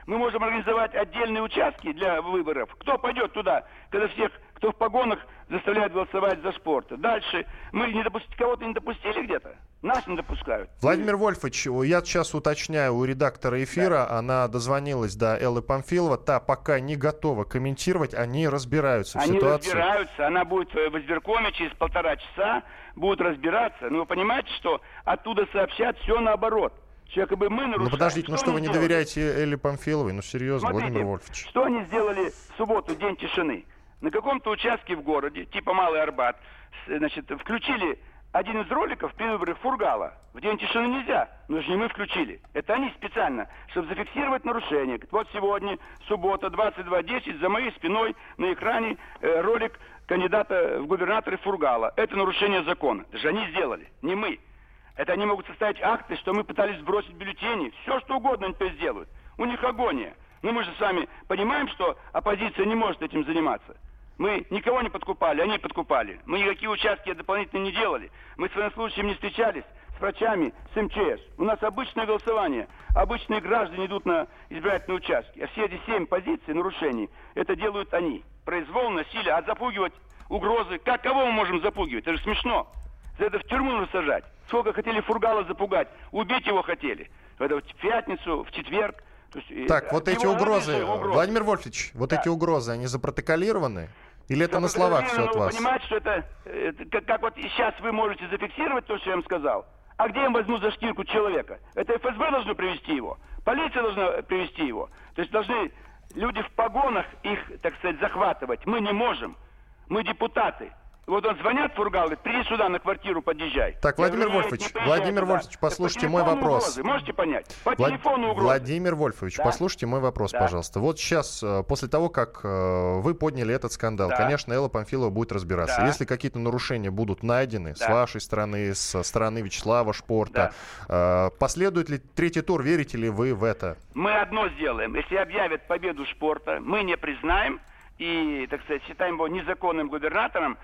[SPEAKER 15] Мы можем организовать отдельные участки для выборов. Кто пойдет туда, когда всех, кто в погонах, заставляют голосовать за спорт? Дальше мы кого-то не допустили где-то. Нас не допускают.
[SPEAKER 2] Владимир Вольфович, я сейчас уточняю у редактора эфира, да. Она дозвонилась до Эллы Памфилова, та пока не готова комментировать, они разбираются в ситуации. Они
[SPEAKER 15] разбираются, она будет в избиркоме через 1,5 часа, будут разбираться. Но вы понимаете, что оттуда сообщат все наоборот. Якобы мы нарушаем.
[SPEAKER 2] Ну подождите, что вы не доверяете Элле Памфиловой? Ну серьезно,
[SPEAKER 15] смотрите,
[SPEAKER 2] Владимир Вольфович.
[SPEAKER 15] Что они сделали в субботу, день тишины? На каком-то участке в городе, типа Малый Арбат, значит, включили один из роликов при выборах Фургала. В день тишины нельзя, но же не мы включили. Это они специально, чтобы зафиксировать нарушение. Вот сегодня, суббота, 22:10, за моей спиной на экране ролик кандидата в губернаторы Фургала. Это нарушение закона. Это же они сделали, не мы. Это они могут составить акты, что мы пытались сбросить бюллетени. Все, что угодно они теперь сделают. У них агония. Но мы же сами понимаем, что оппозиция не может этим заниматься. Мы никого не подкупали, они подкупали. Мы никакие участки дополнительно не делали. Мы с военнослужащими не встречались, с врачами, с МЧС. У нас обычное голосование. Обычные граждане идут на избирательные участки. А все эти 7 позиций нарушений, это делают они. Произвол, насилие, а запугивать угрозы. Кого мы можем запугивать? Это же смешно. За это в тюрьму нужно сажать. Сколько хотели Фургала запугать. Убить его хотели. Это в пятницу, в четверг.
[SPEAKER 2] Так, вот эти угрозы, Владимир Вольфович, вот эти угрозы, они запротоколированы? Или это на словах все от вас?
[SPEAKER 15] Вы понимаете, что это как вот сейчас вы можете зафиксировать то, что я вам сказал? А где я возьму за шкирку человека? Это ФСБ должно привести его, полиция должна привести его. То есть должны люди в погонах их, так сказать, захватывать. Мы не можем. Мы депутаты. Вот он звонят Фургал, говорит, приди сюда на квартиру, подъезжай.
[SPEAKER 2] Так, Владимир Вольфович, послушайте мой вопрос.
[SPEAKER 15] Угрозы, можете понять? По телефону угрозы.
[SPEAKER 2] Владимир Вольфович, да? Послушайте мой вопрос, пожалуйста. Вот сейчас, после того, как вы подняли этот скандал, конечно, Элла Памфилова будет разбираться. Да. Если какие-то нарушения будут найдены с вашей стороны, со стороны Вячеслава Шпорта, последует ли третий тур, верите ли вы в это?
[SPEAKER 15] Мы одно сделаем. Если объявят победу Шпорта, мы не признаем и, так сказать, считаем его незаконным губернатором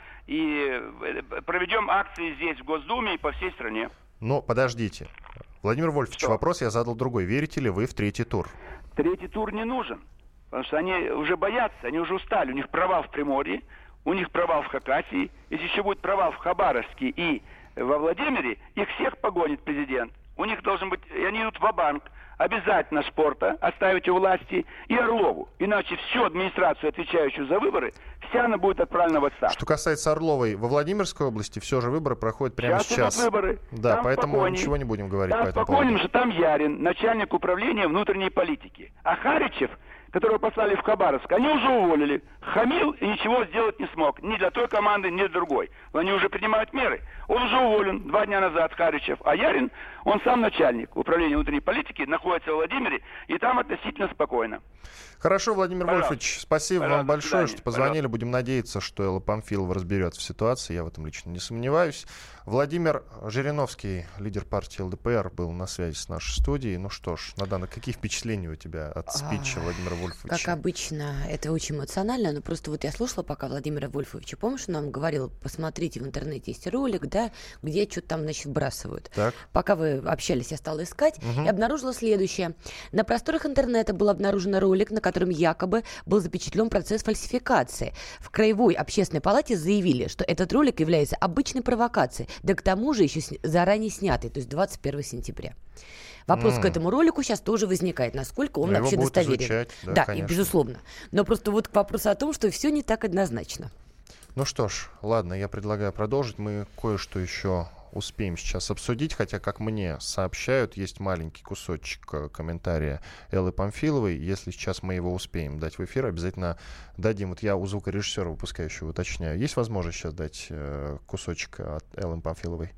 [SPEAKER 15] и проведем акции здесь, в Госдуме и по всей стране.
[SPEAKER 2] Но подождите. Владимир Вольфович, вопрос я задал другой. Верите ли вы в третий тур?
[SPEAKER 15] Третий тур не нужен, потому что они уже боятся, они уже устали. У них провал в Приморье, у них провал в Хакасии. Если еще будет провал в Хабаровске и во Владимире, их всех погонит президент. У них должен быть, и они идут ва-банк. Обязательно Шпорта оставить у власти и Орлову. Иначе всю администрацию, отвечающую за выборы, вся она будет отправлена в отставку.
[SPEAKER 2] Что касается Орловой, во Владимирской области все же выборы проходят прямо сейчас.
[SPEAKER 15] Идут выборы.
[SPEAKER 2] Да,
[SPEAKER 15] там
[SPEAKER 2] поэтому
[SPEAKER 15] спокойней.
[SPEAKER 2] Ничего не будем говорить
[SPEAKER 15] там
[SPEAKER 2] по этому поводу.
[SPEAKER 15] Спокойнее, что там Ярин, начальник управления внутренней политики. А Харичев, которого послали в Хабаровск, они уже уволили. Хамил и ничего сделать не смог. Ни для той команды, ни для другой. Они уже принимают меры. Он уже уволен 2 дня назад, Харичев. А Ярин, он сам начальник управления внутренней политики, находится в Владимире, и там относительно спокойно.
[SPEAKER 2] Хорошо, Владимир Вольфович, спасибо вам большое, что позвонили. Будем надеяться, что Элла Памфилова разберется в ситуации. Я в этом лично не сомневаюсь. Владимир Жириновский, лидер партии ЛДПР, был на связи с нашей студией. Ну что ж, Надана, какие впечатления у тебя от спича Владимира Вольфовича?
[SPEAKER 3] Как обычно, это очень эмоционально, но просто вот я слушала пока Владимира Вольфовича. Помнишь, он нам говорил, посмотрите, в интернете есть ролик, да, где что-то там, значит, вбрасывают. Так. Пока вы общались, я стала искать и обнаружила следующее. На просторах интернета был обнаружен ролик, на котором якобы был запечатлен процесс фальсификации. В Краевой общественной палате заявили, что этот ролик является обычной провокацией, да к тому же еще заранее снятый, то есть 21 сентября. Вопрос к этому ролику сейчас тоже возникает, насколько он вообще достоверен. Изучать, да, и безусловно. Но просто вот к вопросу о том, что все не так однозначно.
[SPEAKER 2] Ну что ж, ладно, я предлагаю продолжить. Мы кое-что еще успеем сейчас обсудить, хотя, как мне сообщают, есть маленький кусочек комментария Эллы Памфиловой. Если сейчас мы его успеем дать в эфир, обязательно дадим. Вот я у звукорежиссера выпускающего уточняю. Есть возможность сейчас дать кусочек от Эллы Памфиловой?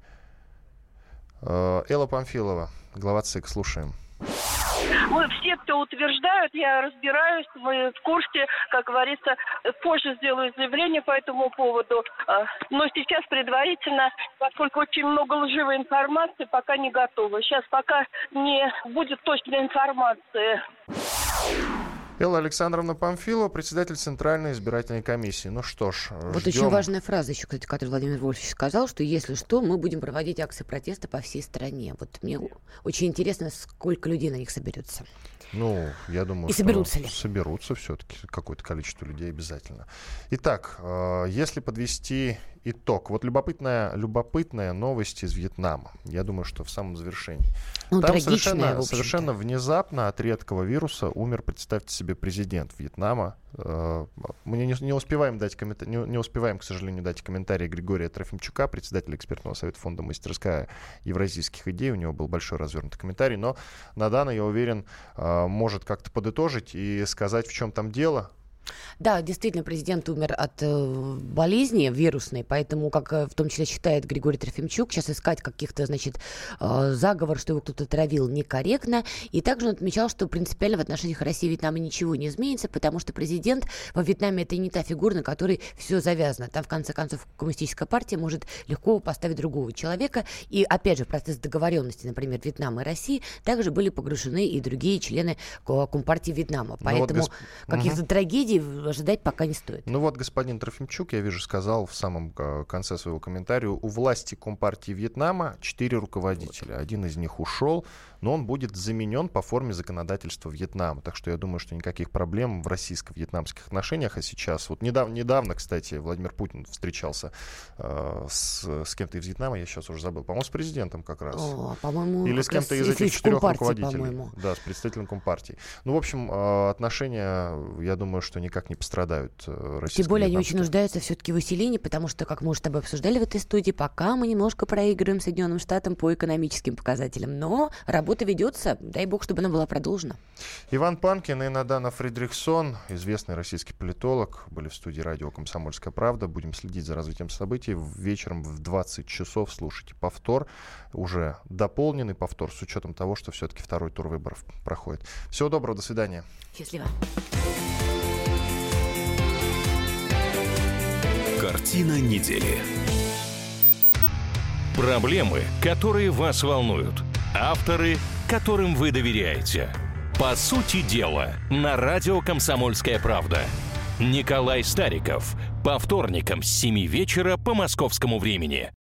[SPEAKER 2] Элла Памфилова, глава ЦИК, слушаем.
[SPEAKER 16] Мы все, кто утверждают, я разбираюсь, мы в курсе, как говорится, позже сделаю заявление по этому поводу. Но сейчас предварительно, поскольку очень много лживой информации, пока не готова. Сейчас пока не будет точной информации.
[SPEAKER 2] Элла Александровна Памфилова, председатель Центральной избирательной комиссии. Ну что ж,
[SPEAKER 3] вот
[SPEAKER 2] ждем.
[SPEAKER 3] очень важная фраза еще, кстати, которую Владимир Вольфович сказал, что если что, мы будем проводить акции протеста по всей стране. Вот мне очень интересно, сколько людей на них соберется.
[SPEAKER 2] Ну, я думаю,
[SPEAKER 3] и соберутся ли?
[SPEAKER 2] Соберутся все-таки какое-то количество людей обязательно. Итак, если подвести итог. Вот любопытная новость из Вьетнама. Я думаю, что в самом завершении.
[SPEAKER 3] Ну,
[SPEAKER 2] там совершенно внезапно от редкого вируса умер, представьте себе, президент Вьетнама. Мы не успеваем, к сожалению, дать комментарий Григория Трофимчука, председателя экспертного совета фонда «Мастерская евразийских идей». У него был большой развернутый комментарий. Но Надана, я уверен, может как-то подытожить и сказать, в чем там дело.
[SPEAKER 3] Да, действительно, президент умер от болезни вирусной, поэтому, как в том числе считает Григорий Трофимчук, сейчас искать каких-то, заговор, что его кто-то травил, некорректно. И также он отмечал, что принципиально в отношениях России и Вьетнама ничего не изменится, потому что президент во Вьетнаме — это не та фигура, на которой все завязано. Там, в конце концов, коммунистическая партия может легко поставить другого человека. И, опять же, в процесс договоренности, например, Вьетнама и России, также были погружены и другие члены Компартии Вьетнама. Поэтому каких-то трагедий ожидать пока не стоит.
[SPEAKER 2] Ну вот господин Трофимчук, я вижу, сказал в самом конце своего комментария: у власти Компартии Вьетнама 4 руководителя. Один из них ушел, но он будет заменен по форме законодательства Вьетнама. Так что я думаю, что никаких проблем в российско-вьетнамских отношениях. А сейчас, вот недавно, кстати, Владимир Путин встречался с кем-то из Вьетнама, я сейчас уже забыл, по-моему, с президентом как раз.
[SPEAKER 3] По-моему,
[SPEAKER 2] или с кем-то из этих 4 руководителей.
[SPEAKER 3] По-моему.
[SPEAKER 2] Да, с представителем Компартии. Ну, в общем, отношения, я думаю, что никак не пострадают российско-вьетнамские.
[SPEAKER 3] Тем более они очень нуждаются все-таки в усилении, потому что, как мы уже с тобой обсуждали в этой студии, пока мы немножко проигрываем Соединенным Штатам по экономическим показателям. Но работа ведется, дай бог, чтобы она была продолжена.
[SPEAKER 2] Иван Панкин и Надана Фридрихсон, известный российский политолог, были в студии радио «Комсомольская правда». Будем следить за развитием событий. Вечером в 20 часов слушайте повтор, уже дополненный повтор, с учетом того, что все-таки второй тур выборов проходит. Всего доброго, до свидания.
[SPEAKER 3] Счастливо.
[SPEAKER 6] Картина недели. Проблемы, которые вас волнуют. Авторы, которым вы доверяете. По сути дела, на радио «Комсомольская правда». Николай Стариков. По вторникам с 7 вечера по московскому времени.